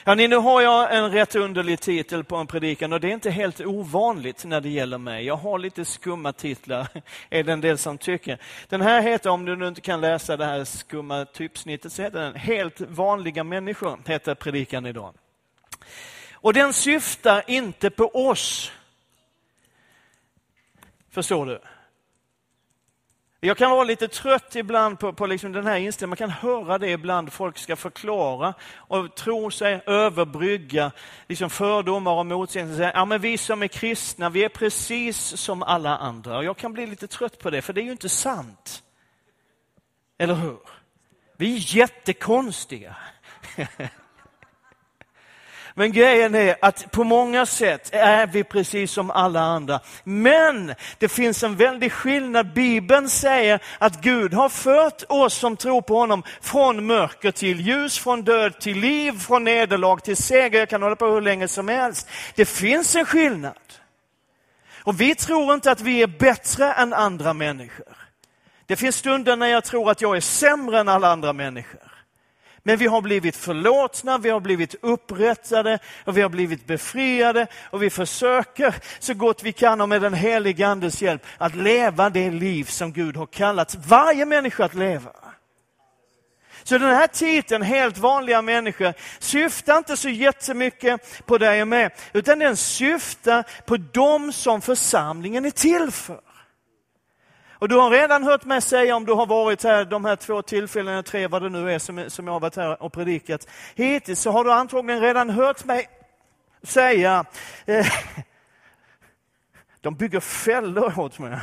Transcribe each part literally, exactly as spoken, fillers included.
Ja, nu har jag en rätt underlig titel på en predikan och det är inte helt ovanligt när det gäller mig. Jag har lite skumma titlar, är det en del som tycker. Den här heter, om du nu inte kan läsa det här skumma typsnittet, så heter den Helt vanliga människor, heter predikan idag. Och den syftar inte på oss. Förstår du? Jag kan vara lite trött ibland på, på liksom den här inställningen. Man kan höra det ibland. Folk ska förklara och tro sig överbrygga liksom fördomar och motsägelser. Ja, men vi som är kristna, vi är precis som alla andra. Och jag kan bli lite trött på det, för det är ju inte sant. Eller hur? Vi är jättekonstiga. Men grejen är att på många sätt är vi precis som alla andra. Men det finns en väldig skillnad. Bibeln säger att Gud har fört oss som tror på honom från mörker till ljus, från död till liv, från nederlag till seger. Jag kan hålla på hur länge som helst. Det finns en skillnad. Och vi tror inte att vi är bättre än andra människor. Det finns stunder när jag tror att jag är sämre än alla andra människor. Men vi har blivit förlåtna, vi har blivit upprättade och vi har blivit befriade. Och vi försöker så gott vi kan och med den heliga andes hjälp att leva det liv som Gud har kallat varje människa att leva. Så den här titeln, Helt vanliga människor, syftar inte så jättemycket på dig och mig. Utan den syftar på dem som församlingen är till för. Och du har redan hört mig säga, om du har varit här de här två tillfällena, tre vad det nu är som, som jag har varit här och predikat hittills, så har du antagligen redan hört mig säga, eh, de bygger fällor åt mig.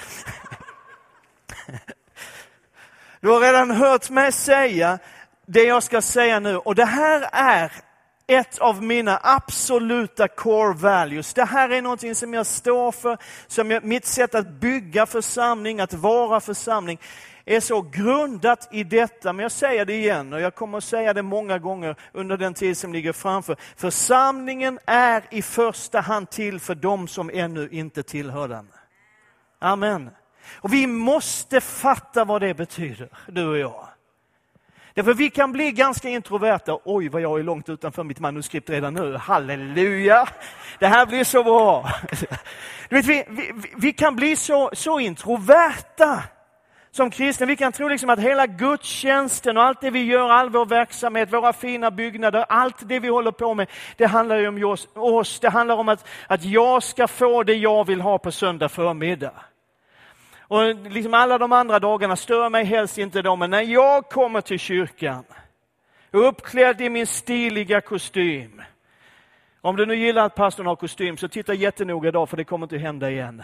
Du har redan hört mig säga det jag ska säga nu, och det här är ett av mina absoluta core values. Det här är någonting som jag står för, som jag, mitt sätt att bygga församling, att vara församling, är så grundat i detta. Men jag säger det igen, och jag kommer att säga det många gånger under den tid som ligger framför. Församlingen är i första hand till för dem som ännu inte tillhör den. Amen. Och vi måste fatta vad det betyder, du och jag. Därför vi kan bli ganska introverta. Oj, vad jag är långt utanför mitt manuskript redan nu. Halleluja! Det här blir så bra. Du vet, vi, vi, vi kan bli så, så introverta som kristna. Vi kan tro liksom att hela gudstjänsten och allt det vi gör, all vår verksamhet, våra fina byggnader, allt det vi håller på med, det handlar ju om oss. Det handlar om att, att jag ska få det jag vill ha på söndag förmiddag. Och liksom alla de andra dagarna stör mig helst inte då, men när jag kommer till kyrkan uppklädd i min stiliga kostym. Om du nu gillar att pastorn har kostym, så titta jättenoga idag, för det kommer inte hända igen.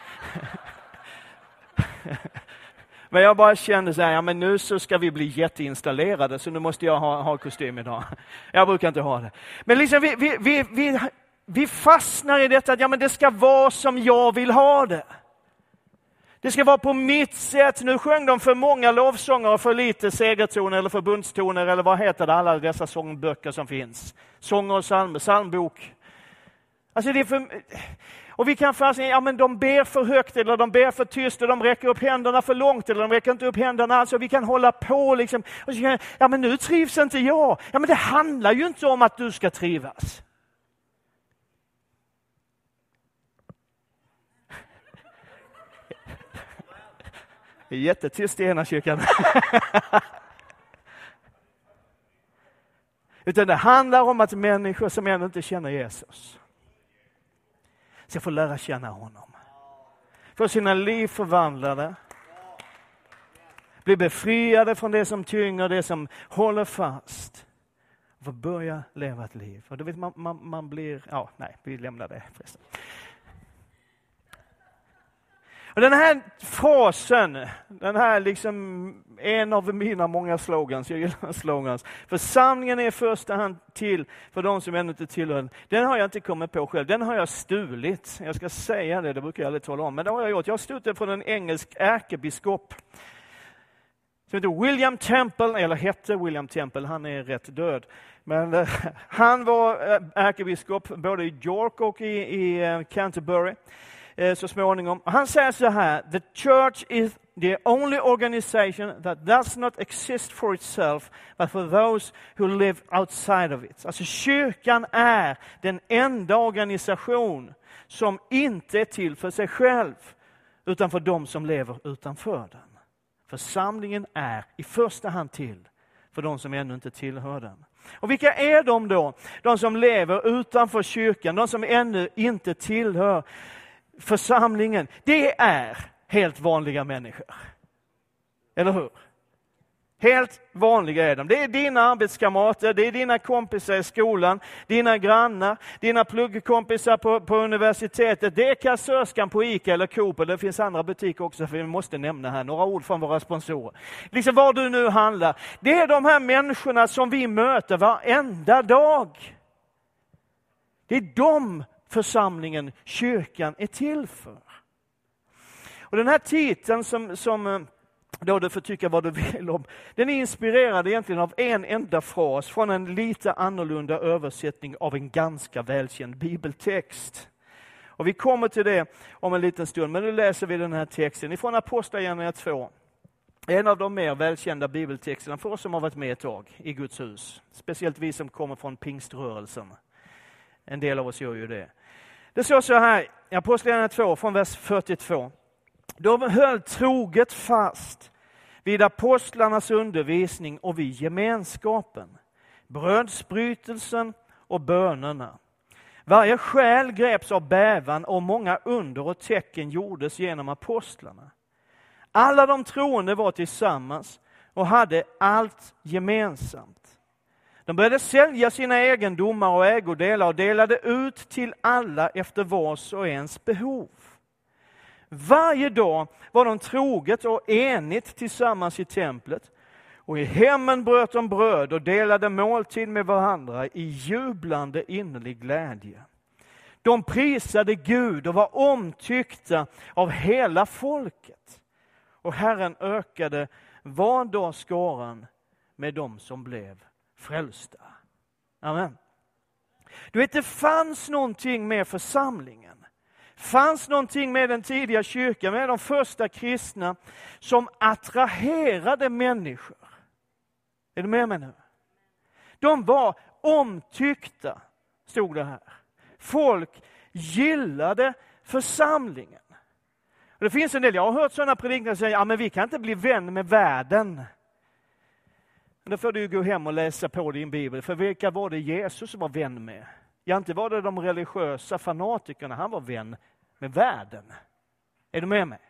Men jag bara kände så här, ja men nu så ska vi bli jätteinstallerade, så nu måste jag ha, ha kostym idag. Jag brukar inte ha det. Men liksom vi, vi, vi, vi, vi fastnar i detta att ja, men det ska vara som jag vill ha det. Det ska vara på mitt sätt. Nu sjöng de för många lovsånger och för lite segertoner eller förbundstoner eller vad heter det, alla dessa sångböcker som finns. Sånger och psalmer, psalmbok. Alltså det är för... Och vi kan fastna, ja men de ber för högt eller de ber för tyst, eller de räcker upp händerna för långt eller de räcker inte upp händerna. Alltså vi kan hålla på liksom. Och så kan, ja men nu trivs inte jag. Ja men det handlar ju inte om att du ska trivas. Det är jättetyst i ena kyrkan. Utan det handlar om att människor som ännu inte känner Jesus ska få lära känna honom. Få sina liv förvandlade. Bli befriade från det som tynger, det som håller fast. Och få börja leva ett liv. Och då vet man, man, man blir... Ja, nej, vi lämnar det förresten. Och den här frasen, den här liksom en av mina många slogans, jag gillar slogans. Församlingen är i första hand till för de som ännu inte tillhör den. Den har jag inte kommit på själv, den har jag stulit. Jag ska säga det, det brukar jag aldrig tala om. Men det har jag gjort, jag har stulit det från en engelsk ärkebiskop. Som heter William Temple, eller hette William Temple, han är rätt död. Men uh, han var uh, ärkebiskop både i York och i, i uh, Canterbury. Så småningom. Han säger så här: The church is the only organization that does not exist for itself, but for those who live outside of it. Alltså kyrkan är den enda organisation som inte är till för sig själv, utan för de som lever utanför den. Församlingen är i första hand till för de som ännu inte tillhör den. Och vilka är de då? De som lever utanför kyrkan, de som ännu inte tillhör församlingen. Det är helt vanliga människor. Eller hur? Helt vanliga är de. Det är dina arbetskamrater, det är dina kompisar i skolan, dina grannar, dina pluggkompisar på, på universitetet. Det är kassörskan på ICA eller Coop. Det finns andra butiker också, för vi måste nämna här några ord från våra sponsorer. Liksom var du nu handlar. Det är de här människorna som vi möter varenda dag. Det är de församlingen, kyrkan, är till för. Och den här titeln som, som då du får tycka vad du vill om, den är inspirerad egentligen av en enda fras från en lite annorlunda översättning av en ganska välkänd bibeltext. Och vi kommer till det om en liten stund, men nu läser vi den här texten ifrån Apostlagärningarna två. En av de mer välkända bibeltexterna för oss som har varit med ett tag i Guds hus. Speciellt vi som kommer från pingströrelsen. En del av oss gör ju det. Det står så här i Apostlagärningarna två från vers fyrtiotvå. De höll troget fast vid apostlarnas undervisning och vid gemenskapen, brödsbrytelsen och bönerna. Varje själ greps av bävan och många under och tecken gjordes genom apostlarna. Alla de troende var tillsammans och hade allt gemensamt. De började sälja sina egendomar och ägodelar och delade ut till alla efter vars och ens behov. Varje dag var de troget och enigt tillsammans i templet, och i hemmen bröt de bröd och delade måltid med varandra i jublande innerlig glädje. De prisade Gud och var omtyckta av hela folket. Och Herren ökade var dag skaran med dem som blev frälsta. Amen. Du vet, det fanns någonting med församlingen. Fanns någonting med den tidiga kyrkan, med de första kristna, som attraherade människor. Är du med mig nu? De var omtyckta, stod det här. Folk gillade församlingen. Och det finns en del, jag har hört sådana predikare säga, ja men vi kan inte bli vän med världen. Men då får du gå hem och läsa på din bibel, för vilka var det Jesus var vän med? Ja, inte var det de religiösa fanatikerna, han var vän med världen. Är du med mig?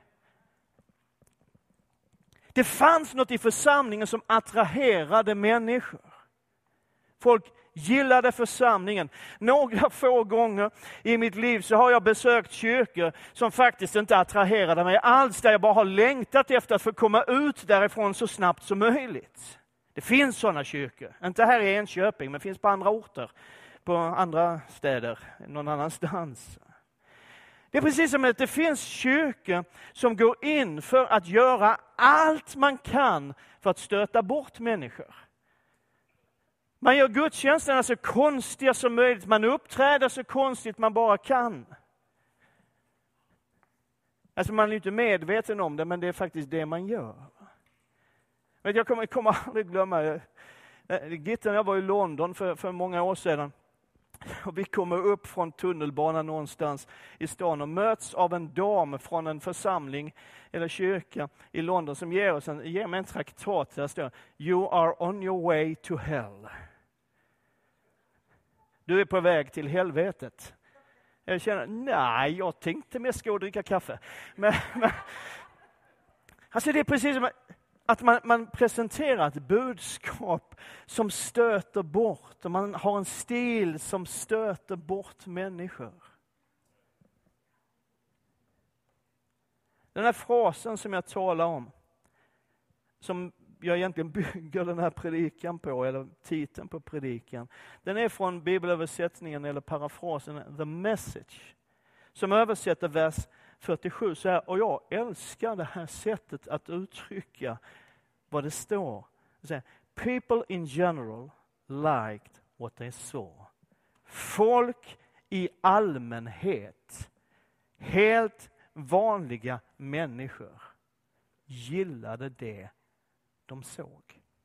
Det fanns något i församlingen som attraherade människor. Folk gillade församlingen. Några få gånger i mitt liv så har jag besökt kyrkor som faktiskt inte attraherade mig alls, där jag bara har längtat efter att få komma ut därifrån så snabbt som möjligt. Det finns sådana kyrkor, inte här i Enköping, men finns på andra orter, på andra städer, någon annanstans. Det är precis som att det finns kyrkor som går in för att göra allt man kan för att stöta bort människor. Man gör gudstjänsterna så konstiga som möjligt, man uppträder så konstigt man bara kan. Alltså man är inte medveten om det, men det är faktiskt det man gör. Men jag kommer, kommer aldrig glömma, Gitten, jag var i London för, för många år sedan. Och vi kommer upp från tunnelbanan någonstans i stan och möts av en dam från en församling eller kyrka i London som ger oss en, ger mig en traktat där det står: You are on your way to hell. Du är på väg till helvetet. Jag känner, nej, jag tänkte mest gå och dricka kaffe. Men, men, alltså det är precis som att man, man presenterar ett budskap som stöter bort. Och man har en stil som stöter bort människor. Den här frasen som jag talar om, som jag egentligen bygger den här predikan på, eller titeln på predikan, den är från bibelöversättningen eller parafrasen The Message, som översätter vers fyrtiosju så här: och jag älskar det här sättet att uttrycka vad det står. Så people in general liked what they saw. Folk i allmänhet, helt vanliga människor, gillade det de såg.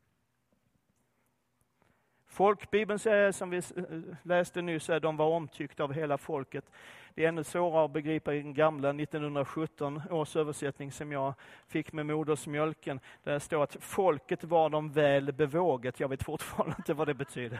Folkbibeln säger, som vi läste nyss, att de var omtyckta av hela folket. Det är ännu svårare att begripa i den gamla nittonhundrasjutton års översättning som jag fick med modersmjölken. Där det står att folket var de väl bevåget. Jag vet fortfarande inte vad det betyder.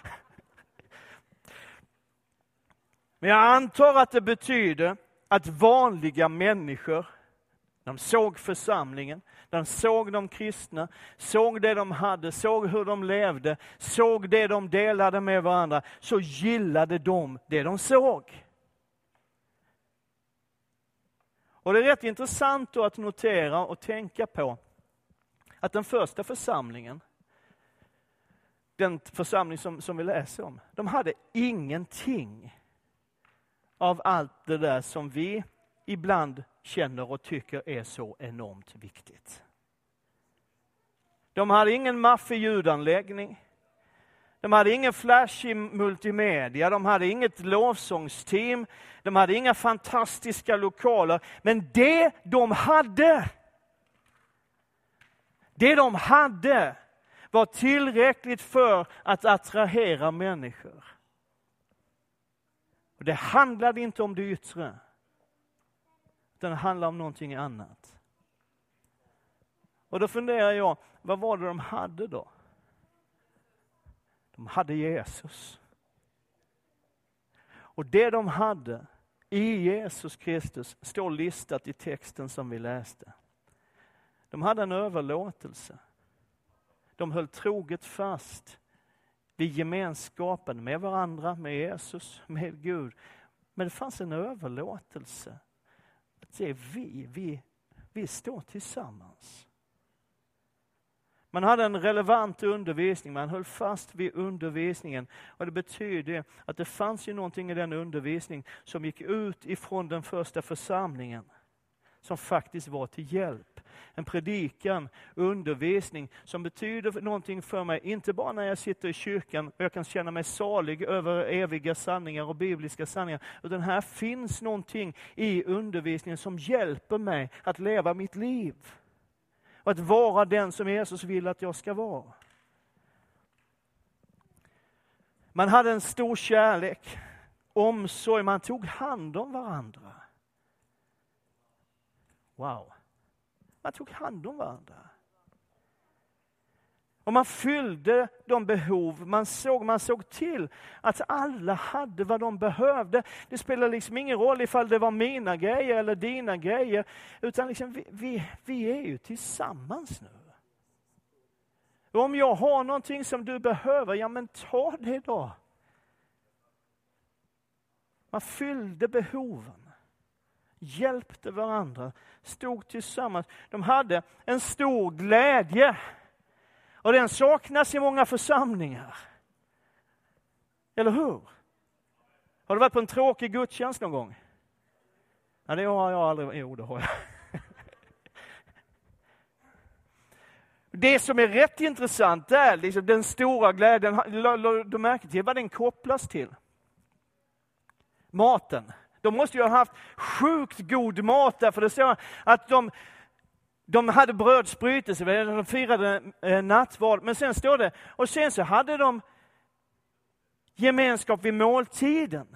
Men jag antar att det betyder att vanliga människor, de såg församlingen, de såg de kristna, såg det de hade, såg hur de levde, såg det de delade med varandra, så gillade de det de såg. Och det är rätt intressant då att notera och tänka på att den första församlingen, den församling som, som vi läser om, de hade ingenting av allt det där som vi ibland känner och tycker är så enormt viktigt. De hade ingen maffig ljudanläggning. De hade ingen flashig multimedia. De hade inget lovsångsteam. De hade inga fantastiska lokaler. Men det de hade, det de hade var tillräckligt för att attrahera människor. Och det handlade inte om det yttre. Den handlar om någonting annat. Och då funderar jag, vad var det de hade då? De hade Jesus. Och det de hade i Jesus Kristus står listat i texten som vi läste. De hade en överlåtelse. De höll troget fast vid gemenskapen med varandra, med Jesus, med Gud. Men det fanns en överlåtelse. Det är vi, vi, vi står tillsammans. Man hade en relevant undervisning, man höll fast vid undervisningen. Och det betyder att det fanns ju någonting i den undervisning som gick ut ifrån den första församlingen. Som faktiskt var till hjälp. En predikan, undervisning som betyder någonting för mig. Inte bara när jag sitter i kyrkan och jag kan känna mig salig över eviga sanningar och bibliska sanningar. Utan här finns någonting i undervisningen som hjälper mig att leva mitt liv. Och att vara den som Jesus vill att jag ska vara. Man hade en stor kärlek, omsorg, man tog hand om varandra. Wow. Man tog hand om varandra. Och man fyllde de behov man såg. Man såg till att alla hade vad de behövde. Det spelar liksom ingen roll ifall det var mina grejer eller dina grejer. Utan liksom vi, vi, vi är ju tillsammans nu. Och om jag har någonting som du behöver, ja men ta det då. Man fyllde behoven. Hjälpte varandra, stod tillsammans. De hade en stor glädje. Och den saknas i många församlingar. Eller hur? Har du varit på en tråkig gudstjänst någon gång? Ja, det har jag aldrig. Jo, det har jag. Det som är rätt intressant är liksom den stora glädjen. Du märker till vad den kopplas till. Maten. De måste ju ha haft sjukt god mat där, för det står att de, de hade brödsbrytelse, de firade eh, nattvard, men sen står det, och sen så hade de gemenskap vid måltiden.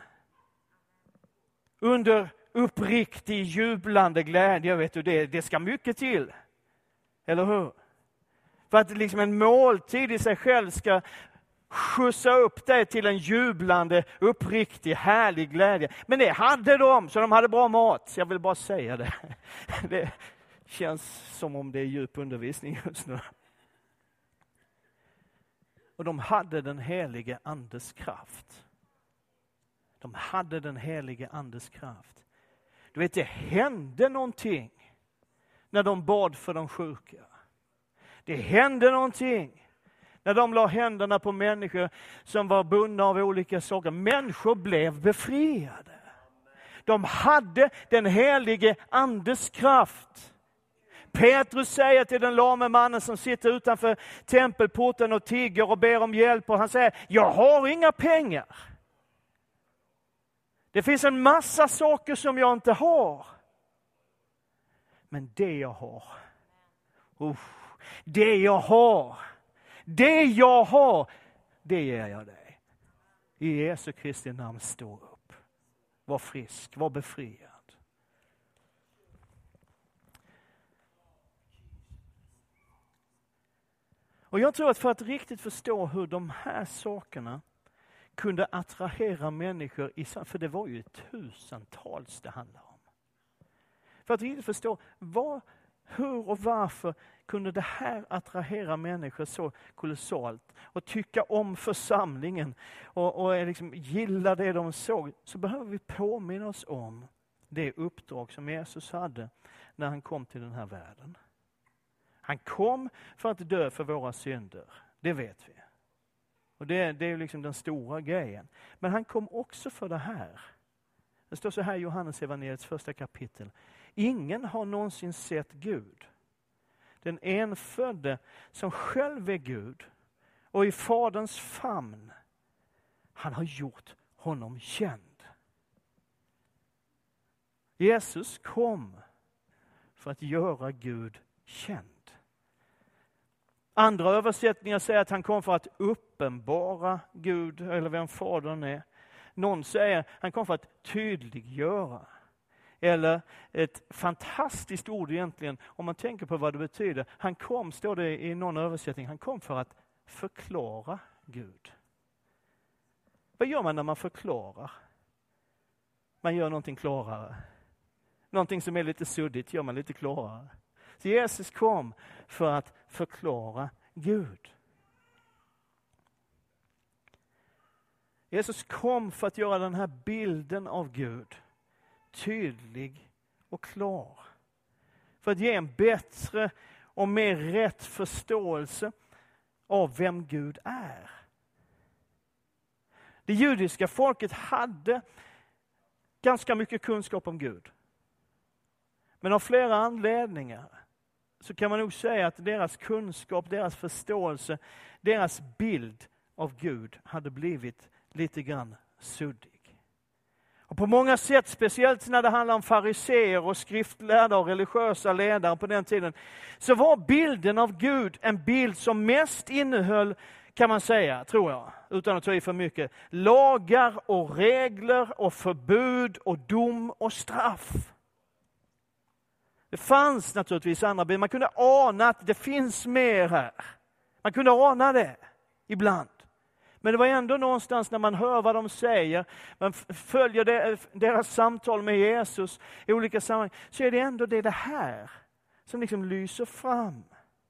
Under uppriktig, jublande glädje, vet du, det, det ska mycket till. Eller hur? För att liksom en måltid i sig själv ska skjutsa upp dig till en jublande, uppriktig, härlig glädje. Men det hade de, så de hade bra mat. Jag vill bara säga det. Det känns som om det är djup undervisning just nu. Och de hade den helige andes kraft. De hade den helige andes kraft. Du vet, det hände någonting när de bad för de sjuka. Det hände någonting när de la händerna på människor som var bundna av olika saker. Människor blev befriade. De hade den helige andes kraft. Petrus säger till den lame mannen som sitter utanför tempelporten och tigger och ber om hjälp. Och han säger, jag har inga pengar. Det finns en massa saker som jag inte har. Men det jag har, Uff, det jag har, det jag har, det ger jag dig. I Jesu Kristi namn, stå upp. Var frisk, var befriad. Och jag tror att för att riktigt förstå hur de här sakerna kunde attrahera människor, i, för det var ju tusentals det handlar om. För att riktigt förstå vad, hur och varför kunde det här attrahera människor så kolossalt och tycka om församlingen och, och liksom gilla det de såg, så behöver vi påminna oss om det uppdrag som Jesus hade när han kom till den här världen. Han kom för att dö för våra synder, det vet vi. Och det, det är liksom den stora grejen. Men han kom också för det här. Det står så här i Johannes evangeliets första kapitel. Ingen har någonsin sett Gud. Den enfödde som själv är Gud och i Faderns famn. Han har gjort honom känd. Jesus kom för att göra Gud känd. Andra översättningar säger att han kom för att uppenbara Gud eller vem Fadern är. Någon säger att han kom för att tydliggöra. Eller ett fantastiskt ord egentligen, om man tänker på vad det betyder. Han kom, står det i någon översättning, han kom för att förklara Gud. Vad gör man när man förklarar? Man gör någonting klarare. Någonting som är lite suddigt gör man lite klarare. Så Jesus kom för att förklara Gud. Jesus kom för att göra den här bilden av Gud tydlig och klar. För att ge en bättre och mer rätt förståelse av vem Gud är. Det judiska folket hade ganska mycket kunskap om Gud. Men av flera anledningar så kan man nog säga att deras kunskap, deras förståelse, deras bild av Gud hade blivit lite grann suddig. Och på många sätt, speciellt när det handlar om fariseer och skriftlärda och religiösa ledare på den tiden, så var bilden av Gud en bild som mest innehöll, kan man säga, tror jag, utan att ta i för mycket, lagar och regler och förbud och dom och straff. Det fanns naturligtvis andra bilder. Man kunde ana att det finns mer här. Man kunde ana det ibland. Men det var ändå någonstans när man hör vad de säger, man följer deras samtal med Jesus i olika sammanhang, så är det ändå det, det här som liksom lyser fram.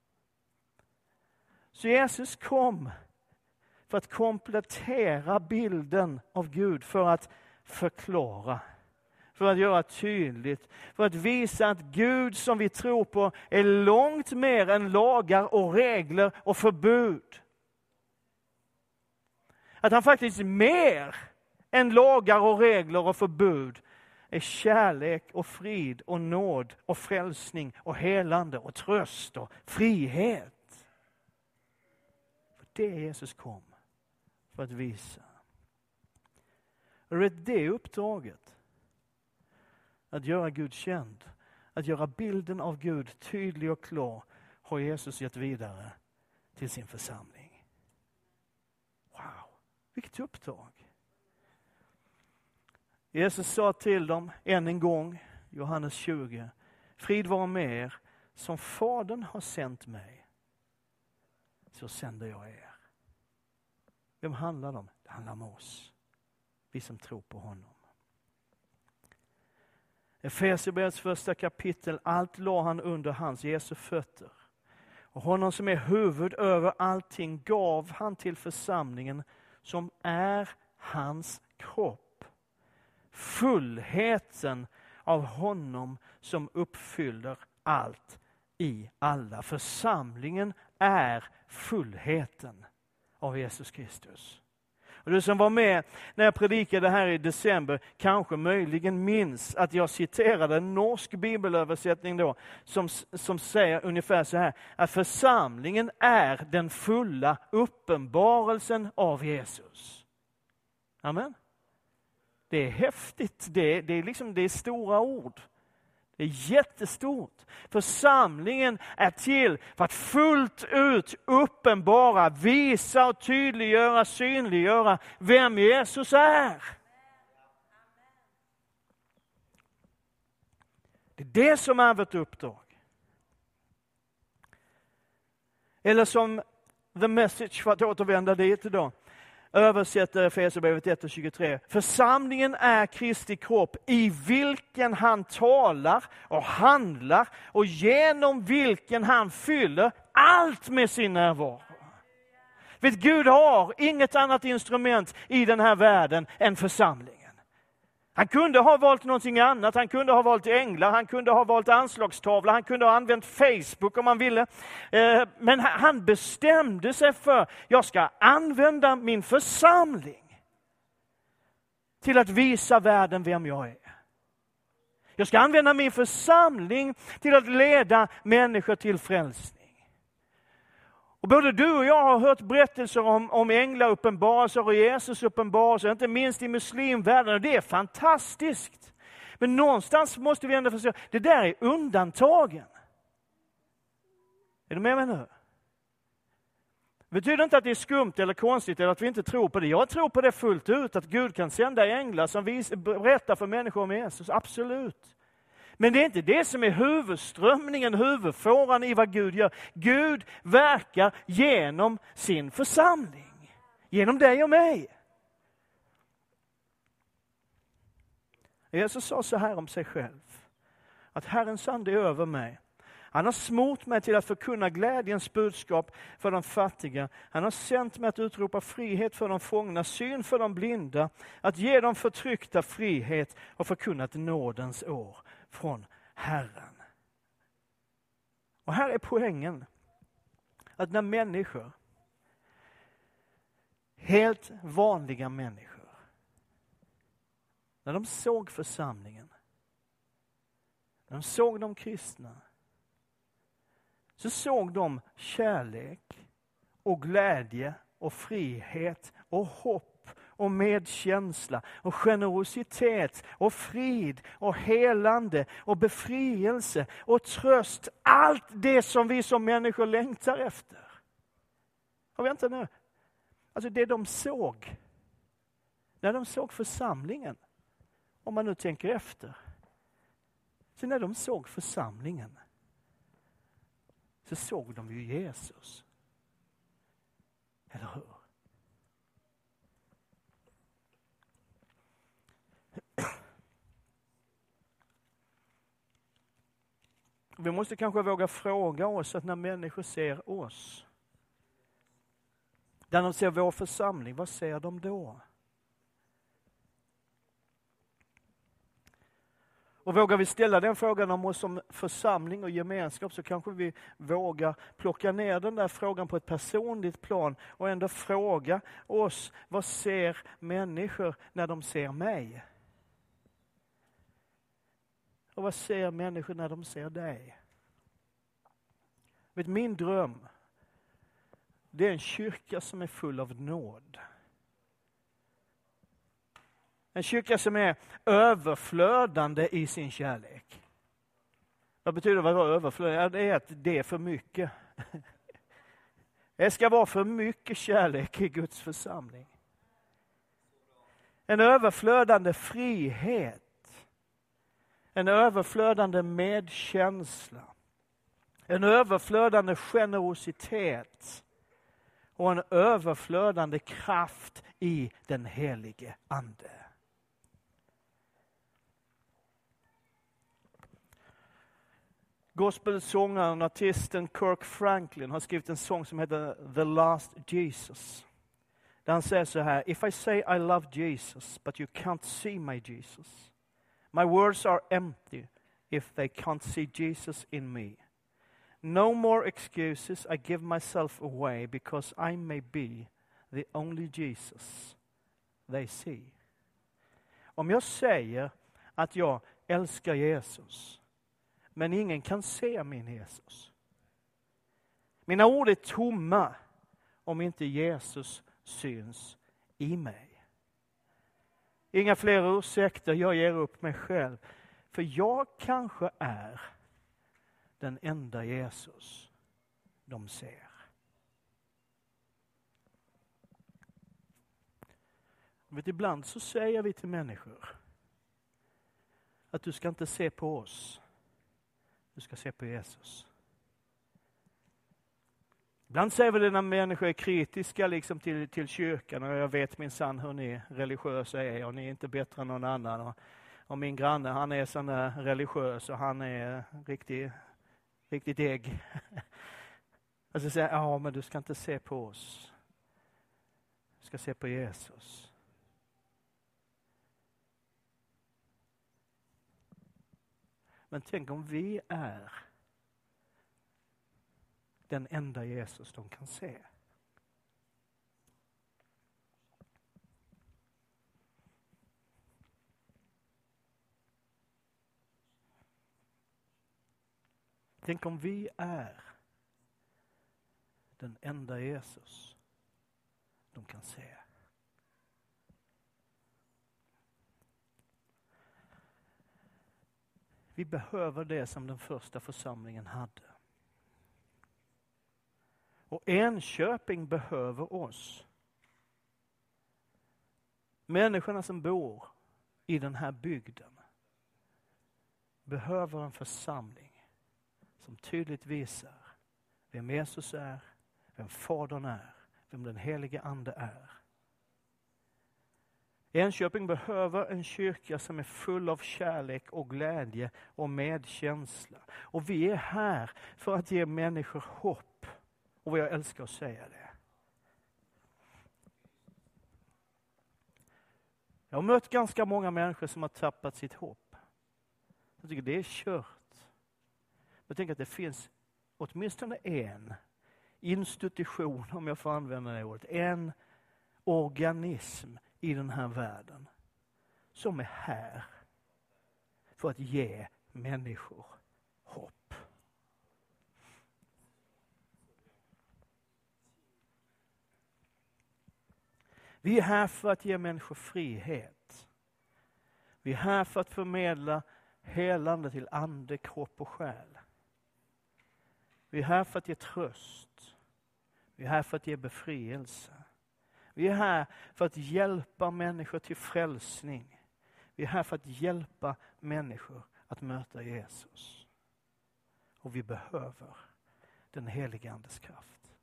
Så Jesus kom för att komplettera bilden av Gud, för att förklara. För att göra tydligt, för att visa att Gud som vi tror på är långt mer än lagar och regler och förbud. Att han faktiskt mer än lagar och regler och förbud är kärlek och frid och nåd och frälsning och helande och tröst och frihet. För det Jesus kom för att visa. Och det är det uppdraget. Att göra Gud känd, att göra bilden av Gud tydlig och klar, har Jesus gett vidare till sin församling. Wow, vilket uppdrag. Jesus sa till dem än en gång, Johannes tjugo, frid vare med er, som Fadern har sänt mig, så sänder jag er. Vem handlar det om? Det handlar om oss, vi som tror på honom. Efesierbrevets första kapitel, allt la han under hans Jesu fötter. Och honom som är huvud över allting gav han till församlingen som är hans kropp. Fullheten av honom som uppfyller allt i alla. Församlingen är fullheten av Jesus Kristus. Och du som var med när jag predikade här i december kanske möjligen minns att jag citerade en norsk bibelöversättning då som, som säger ungefär så här, att församlingen är den fulla uppenbarelsen av Jesus. Amen. Det är häftigt, det, det, är liksom, det är stora ord. Det Det är jättestort. Församlingen är till för att fullt ut uppenbara, visa och tydliggöra, synliggöra vem Jesus är. Det är det som är vårt uppdrag. Eller som The Message, för att återvända dit idag, översätter Efesierbrevet ett och tjugotre. Församlingen är Kristi kropp i vilken han talar och handlar och genom vilken han fyller allt med sin närvaro. Vet, Gud har inget annat instrument i den här världen än församlingen. Han kunde ha valt någonting annat, han kunde ha valt änglar, han kunde ha valt anslagstavla, han kunde ha använt Facebook om han ville. Men han bestämde sig för, jag ska använda min församling till att visa världen vem jag är. Jag ska använda min församling till att leda människor till frälsning. Och både du och jag har hört berättelser om, om änglauppenbarelser och Jesus uppenbarelser, inte minst i muslimvärlden, och det är fantastiskt. Men någonstans måste vi ändå förstå, det där är undantagen. Är du med mig nu? Det betyder inte att det är skumt eller konstigt eller att vi inte tror på det. Jag tror på det fullt ut, att Gud kan sända änglar som vis, berättar för människor om Jesus, absolut. Men det är inte det som är huvudströmningen, huvudfåran i vad Gud gör. Gud verkar genom sin församling. Genom dig och mig. Jesus sa så här om sig själv. Att Herrens ande är över mig. Han har smort mig till att förkunna glädjens budskap för de fattiga. Han har sänt mig att utropa frihet för de fångna, syn för de blinda. Att ge de förtryckta frihet och förkunna ett nådens år från Herren. Och här är poängen. Att när människor, helt vanliga människor, när de såg församlingen, när de såg de kristna, så såg de kärlek och glädje och frihet och hopp och medkänsla och generositet och frid och helande och befrielse och tröst. Allt det som vi som människor längtar efter. Och vänta nu. Alltså det de såg. När de såg församlingen. Om man nu tänker efter. Så när de såg församlingen. Så såg de ju Jesus. Eller hur? Vi måste kanske våga fråga oss att när människor ser oss, när de ser vår församling, vad ser de då? Och vågar vi ställa den frågan om oss som församling och gemenskap, så kanske vi vågar plocka ner den där frågan på ett personligt plan och ändå fråga oss, vad ser människor när de ser mig? Och vad ser människor när de ser dig? Vet, min dröm, det är en kyrka som är full av nåd. En kyrka som är överflödande i sin kärlek. Vad betyder det att vara överflödande? Det är att det är för mycket. Det ska vara för mycket kärlek i Guds församling. En överflödande frihet. En överflödande medkänsla. En överflödande generositet. Och en överflödande kraft i den helige ande. Gospelsångaren och artisten Kirk Franklin har skrivit en sång som heter The Last Jesus. Där han säger så här: If I say I love Jesus but you can't see my Jesus, my words are empty if they can't see Jesus in me. No more excuses, I give myself away because I may be the only Jesus they see. Om jag säger att jag älskar Jesus, men ingen kan se min Jesus. Mina ord är tomma om inte Jesus syns i mig. Inga fler ursäkter, jag ger upp mig själv. För jag kanske är den enda Jesus de ser. Vet, ibland så säger vi till människor att du ska inte se på oss, du ska se på Jesus. Ibland säger vi det när människor är kritiska liksom till, till kyrkan, och jag vet minsann hur ni religiösa är och ni är inte bättre än någon annan. Och, och min granne, han är sån där religiös och han är riktigt, riktigt ägg. Och så säger jag, ja men du ska inte se på oss, du ska se på Jesus. Men tänk om vi är den enda Jesus de kan se. Tänk om vi är den enda Jesus de kan se. Vi behöver det som den första församlingen hade. Och Enköping behöver oss. Människorna som bor i den här bygden behöver en församling som tydligt visar vem Jesus är, vem Fadern är, vem den helige Ande är. Enköping behöver en kyrka som är full av kärlek och glädje och medkänsla. Och vi är här för att ge människor hopp. Och jag älskar att säga det. Jag har mött ganska många människor som har tappat sitt hopp. Jag tycker det är kört. Jag tänker att det finns åtminstone en institution, om jag får använda det ordet, en organism i den här världen som är här för att ge människor hopp. Vi är här för att ge människor frihet. Vi är här för att förmedla helande till ande, kropp och själ. Vi är här för att ge tröst. Vi är här för att ge befrielse. Vi är här för att hjälpa människor till frälsning. Vi är här för att hjälpa människor att möta Jesus. Och vi behöver den helige Andes kraft.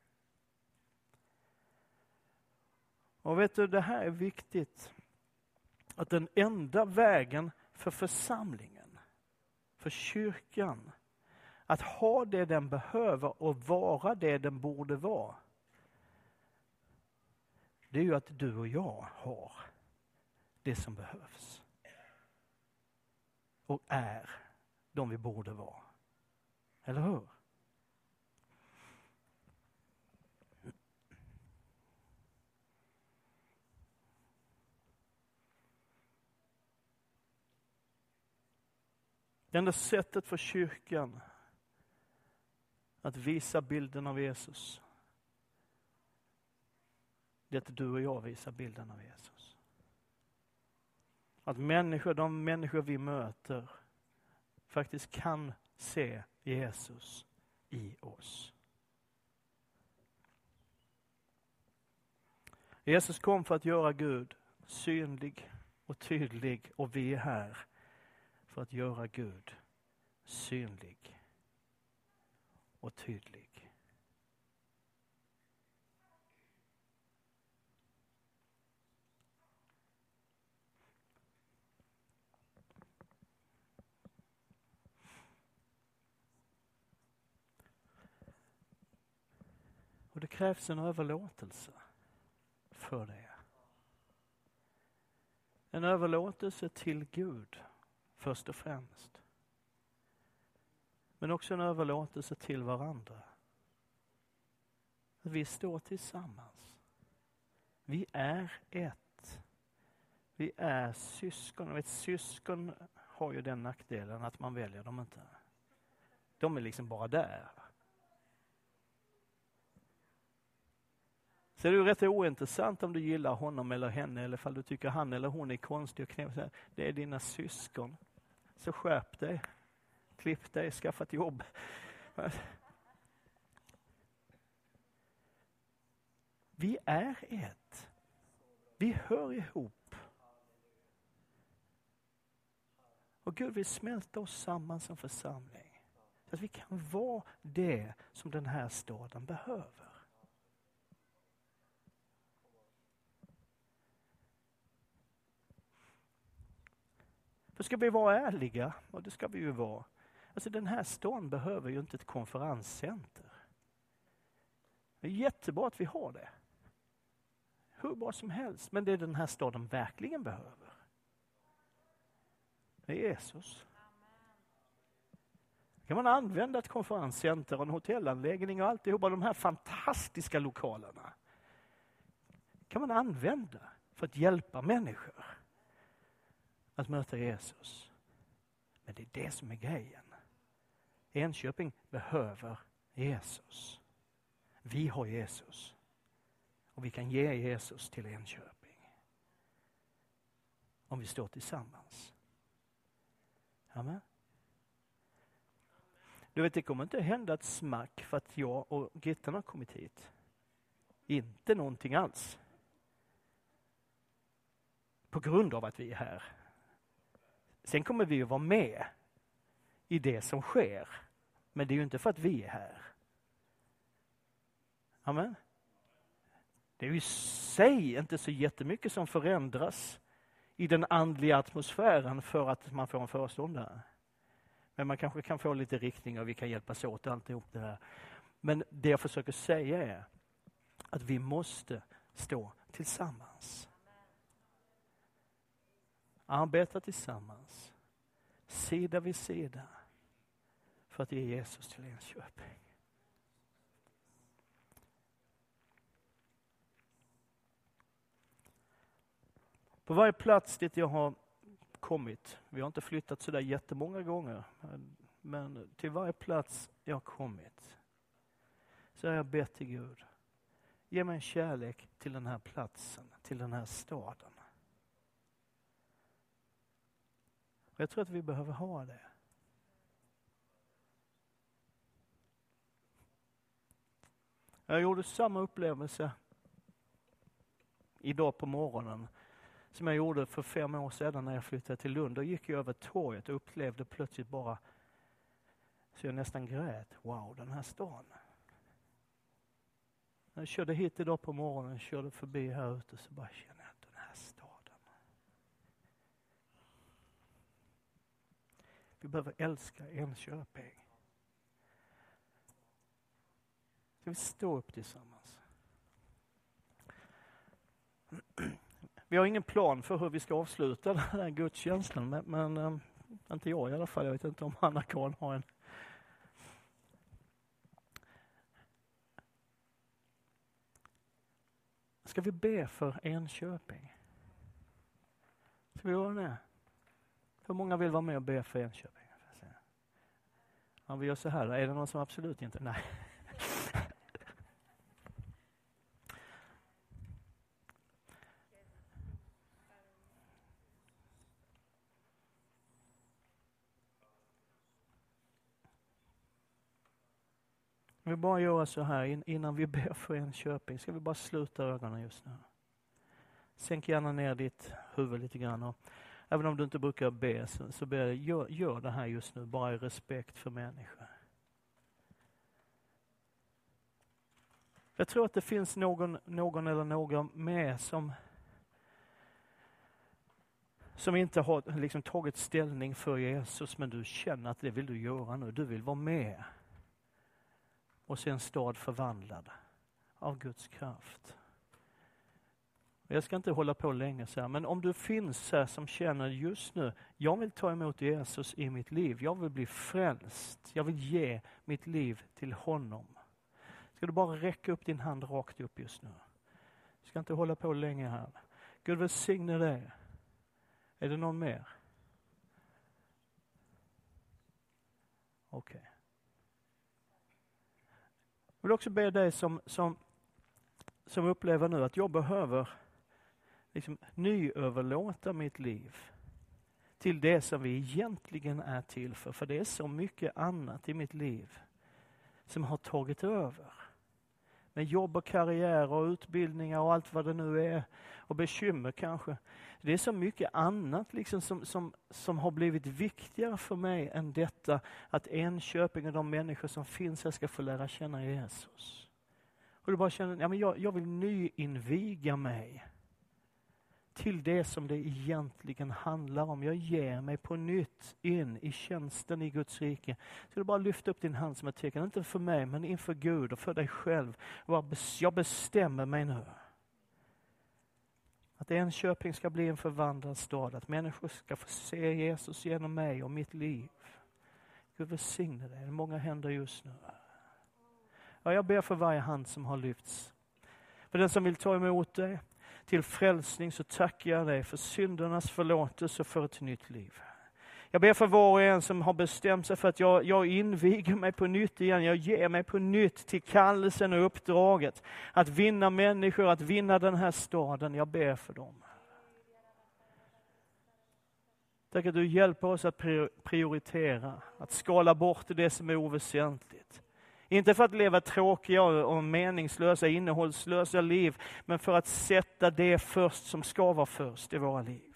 Och vet du, det här är viktigt. Att den enda vägen för församlingen, för kyrkan, att ha det den behöver och vara det den borde vara, det är ju att du och jag har det som behövs. Och är de vi borde vara. Eller hur? Det enda sättet för kyrkan att visa bilden av Jesus, det är att du och jag visar bilden av Jesus. Att människor, de människor vi möter faktiskt kan se Jesus i oss. Jesus kom för att göra Gud synlig och tydlig, och vi är här för att göra Gud synlig och tydlig. Och det krävs en överlåtelse för det. En överlåtelse till Gud först och främst. Men också en överlåtelse till varandra. Att vi står tillsammans. Vi är ett. Vi är syskon. Och ett syskon har ju den nackdelen att man väljer dem inte. De är liksom bara där. Så det är ju rätt ointressant om du gillar honom eller henne, eller om du tycker han eller hon är konstig och knäpp. Det är dina syskon. Så skärp dig. Klipp dig, skaffa ett jobb. Vi är ett. Vi hör ihop. Och Gud vill smälta oss samman som församling. Så att vi kan vara det som den här staden behöver. För ska vi vara ärliga, och det ska vi ju vara. Alltså den här staden behöver ju inte ett konferenscenter. Det är jättebra att vi har det. Hur bra som helst. Men det är den här staden verkligen behöver. Det är Jesus. Kan man använda ett konferenscenter och en hotellanläggning och alltihopa de här fantastiska lokalerna. Kan man använda för att hjälpa människor att möta Jesus. Men det är det som är grejen. Enköping behöver Jesus. Vi har Jesus. Och vi kan ge Jesus till Enköping. Om vi står tillsammans. Amen. Du vet, det kommer inte hända ett smack för att jag och Gittan har kommit hit. Inte någonting alls. På grund av att vi är här. Sen kommer vi ju vara med i det som sker. Men det är ju inte för att vi är här. Amen. Det är ju i sig inte så jättemycket som förändras i den andliga atmosfären för att man får en föreståndare. Men man kanske kan få lite riktning och vi kan hjälpas åt alltihop det här. Men det jag försöker säga är att vi måste stå tillsammans. Arbeta tillsammans. Sida vid sida. För att ge Jesus till Enköping. På varje plats dit jag har kommit, vi har inte flyttat så där jättemånga gånger, men till varje plats jag har kommit så har jag bett till Gud. Ge mig en kärlek till den här platsen, till den här staden. Och jag tror att vi behöver ha det. Jag gjorde samma upplevelse idag på morgonen som jag gjorde för fem år sedan när jag flyttade till Lund. Då gick jag över torget och upplevde plötsligt bara så jag nästan grät. Wow, den här stan. När jag körde hit idag på morgonen, körde förbi här ute, så bara kände jag den här staden. Vi behöver älska Enköping. Ska vi stå upp tillsammans? Vi har ingen plan för hur vi ska avsluta den här gudstjänsten, men, men ähm, inte jag i alla fall. Jag vet inte om Anna kan ha en. Ska vi be för Enköping? Ska vi göra det? Hur många vill vara med och be för Enköping? Ja, vi gör så här. Är det någon som absolut inte? Nej. Vi bara göra så här innan vi ber för Enköping. Ska vi bara sluta ögonen just nu. Sänk gärna ner ditt huvud lite grann. Och även om du inte brukar be så, så ber jag, gör, gör det här just nu. Bara i respekt för människor. Jag tror att det finns någon, någon eller några med som, som inte har liksom tagit ställning för Jesus. Men du känner att det vill du göra nu. Du vill vara med. Och se en stad förvandlad av Guds kraft. Jag ska inte hålla på länge så här, men om du finns här som känner just nu, jag vill ta emot Jesus i mitt liv. Jag vill bli frälst. Jag vill ge mitt liv till honom. Ska du bara räcka upp din hand rakt upp just nu. Jag ska inte hålla på länge här. Gud välsigne dig. Är det någon mer? Okej. Okay. Jag vill också be dig som, som, som upplever nu att jag behöver liksom nyöverlåta mitt liv till det som vi egentligen är till för. För det är så mycket annat i mitt liv som har tagit över. Med jobb och karriär och utbildningar och allt vad det nu är. Och bekymmer kanske. Det är så mycket annat liksom som, som, som har blivit viktigare för mig än detta. Att Enköping och de människor som finns här ska få lära känna Jesus. Och du bara känner, ja men jag, jag vill nyinviga mig till det som det egentligen handlar om. Jag ger mig på nytt in i tjänsten i Guds rike. Så du bara lyfta upp din hand som ett tecken, inte för mig men inför Gud och för dig själv. Jag bestämmer mig nu att Enköping ska bli en förvandlad stad. Att människor ska få se Jesus genom mig och mitt liv. Gud välsigne dig. Det är många händer just nu. Ja, jag ber för varje hand som har lyfts. För den som vill ta emot dig till frälsning så tackar jag dig för syndernas förlåtelse och för ett nytt liv. Jag ber för var och en som har bestämt sig för att jag, jag inviger mig på nytt igen. Jag ger mig på nytt till kallelsen och uppdraget. Att vinna människor, att vinna den här staden. Jag ber för dem. Tack att du hjälper oss att prioritera. Att skala bort det som är oväsentligt. Inte för att leva tråkiga och meningslösa, innehållslösa liv. Men för att sätta det först som ska vara först i våra liv.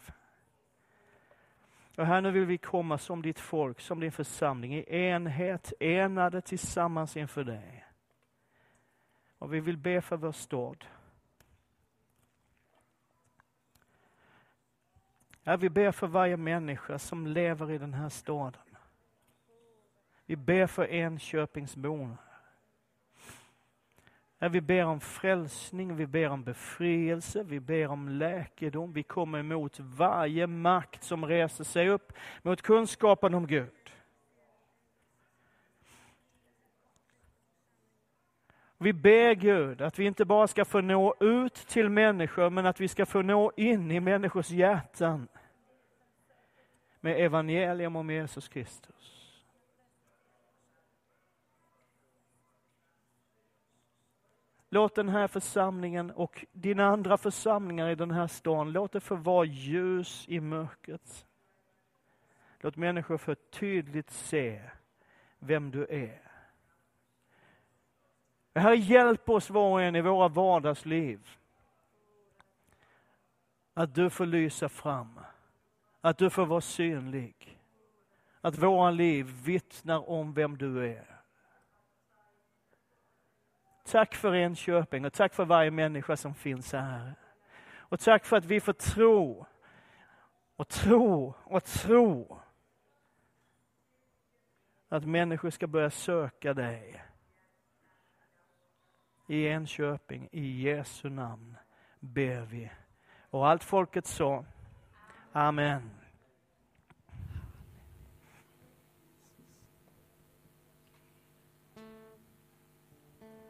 Och här nu vill vi komma som ditt folk, som din församling. I enhet, enade tillsammans inför dig. Och vi vill be för vår stad. Ja, vi ber för varje människa som lever i den här staden. Vi ber för Enköpingsborna. Ja, vi ber om frälsning, vi ber om befrielse, vi ber om läkedom. Vi kommer emot varje makt som reser sig upp mot kunskapen om Gud. Vi ber Gud att vi inte bara ska få nå ut till människor, men att vi ska få nå in i människors hjärtan med evangelium om Jesus Kristus. Låt den här församlingen och dina andra församlingar i den här stan, låt det få vara ljus i mörkret. Låt människor få tydligt se vem du är. Herre, hjälp oss var och en i våra vardagsliv. Att du får lysa fram. Att du får vara synlig. Att våra liv vittnar om vem du är. Tack för Enköping och tack för varje människa som finns här. Och tack för att vi får tro och tro och tro att människor ska börja söka dig. I Enköping, i Jesu namn ber vi. Och allt folket sa, amen.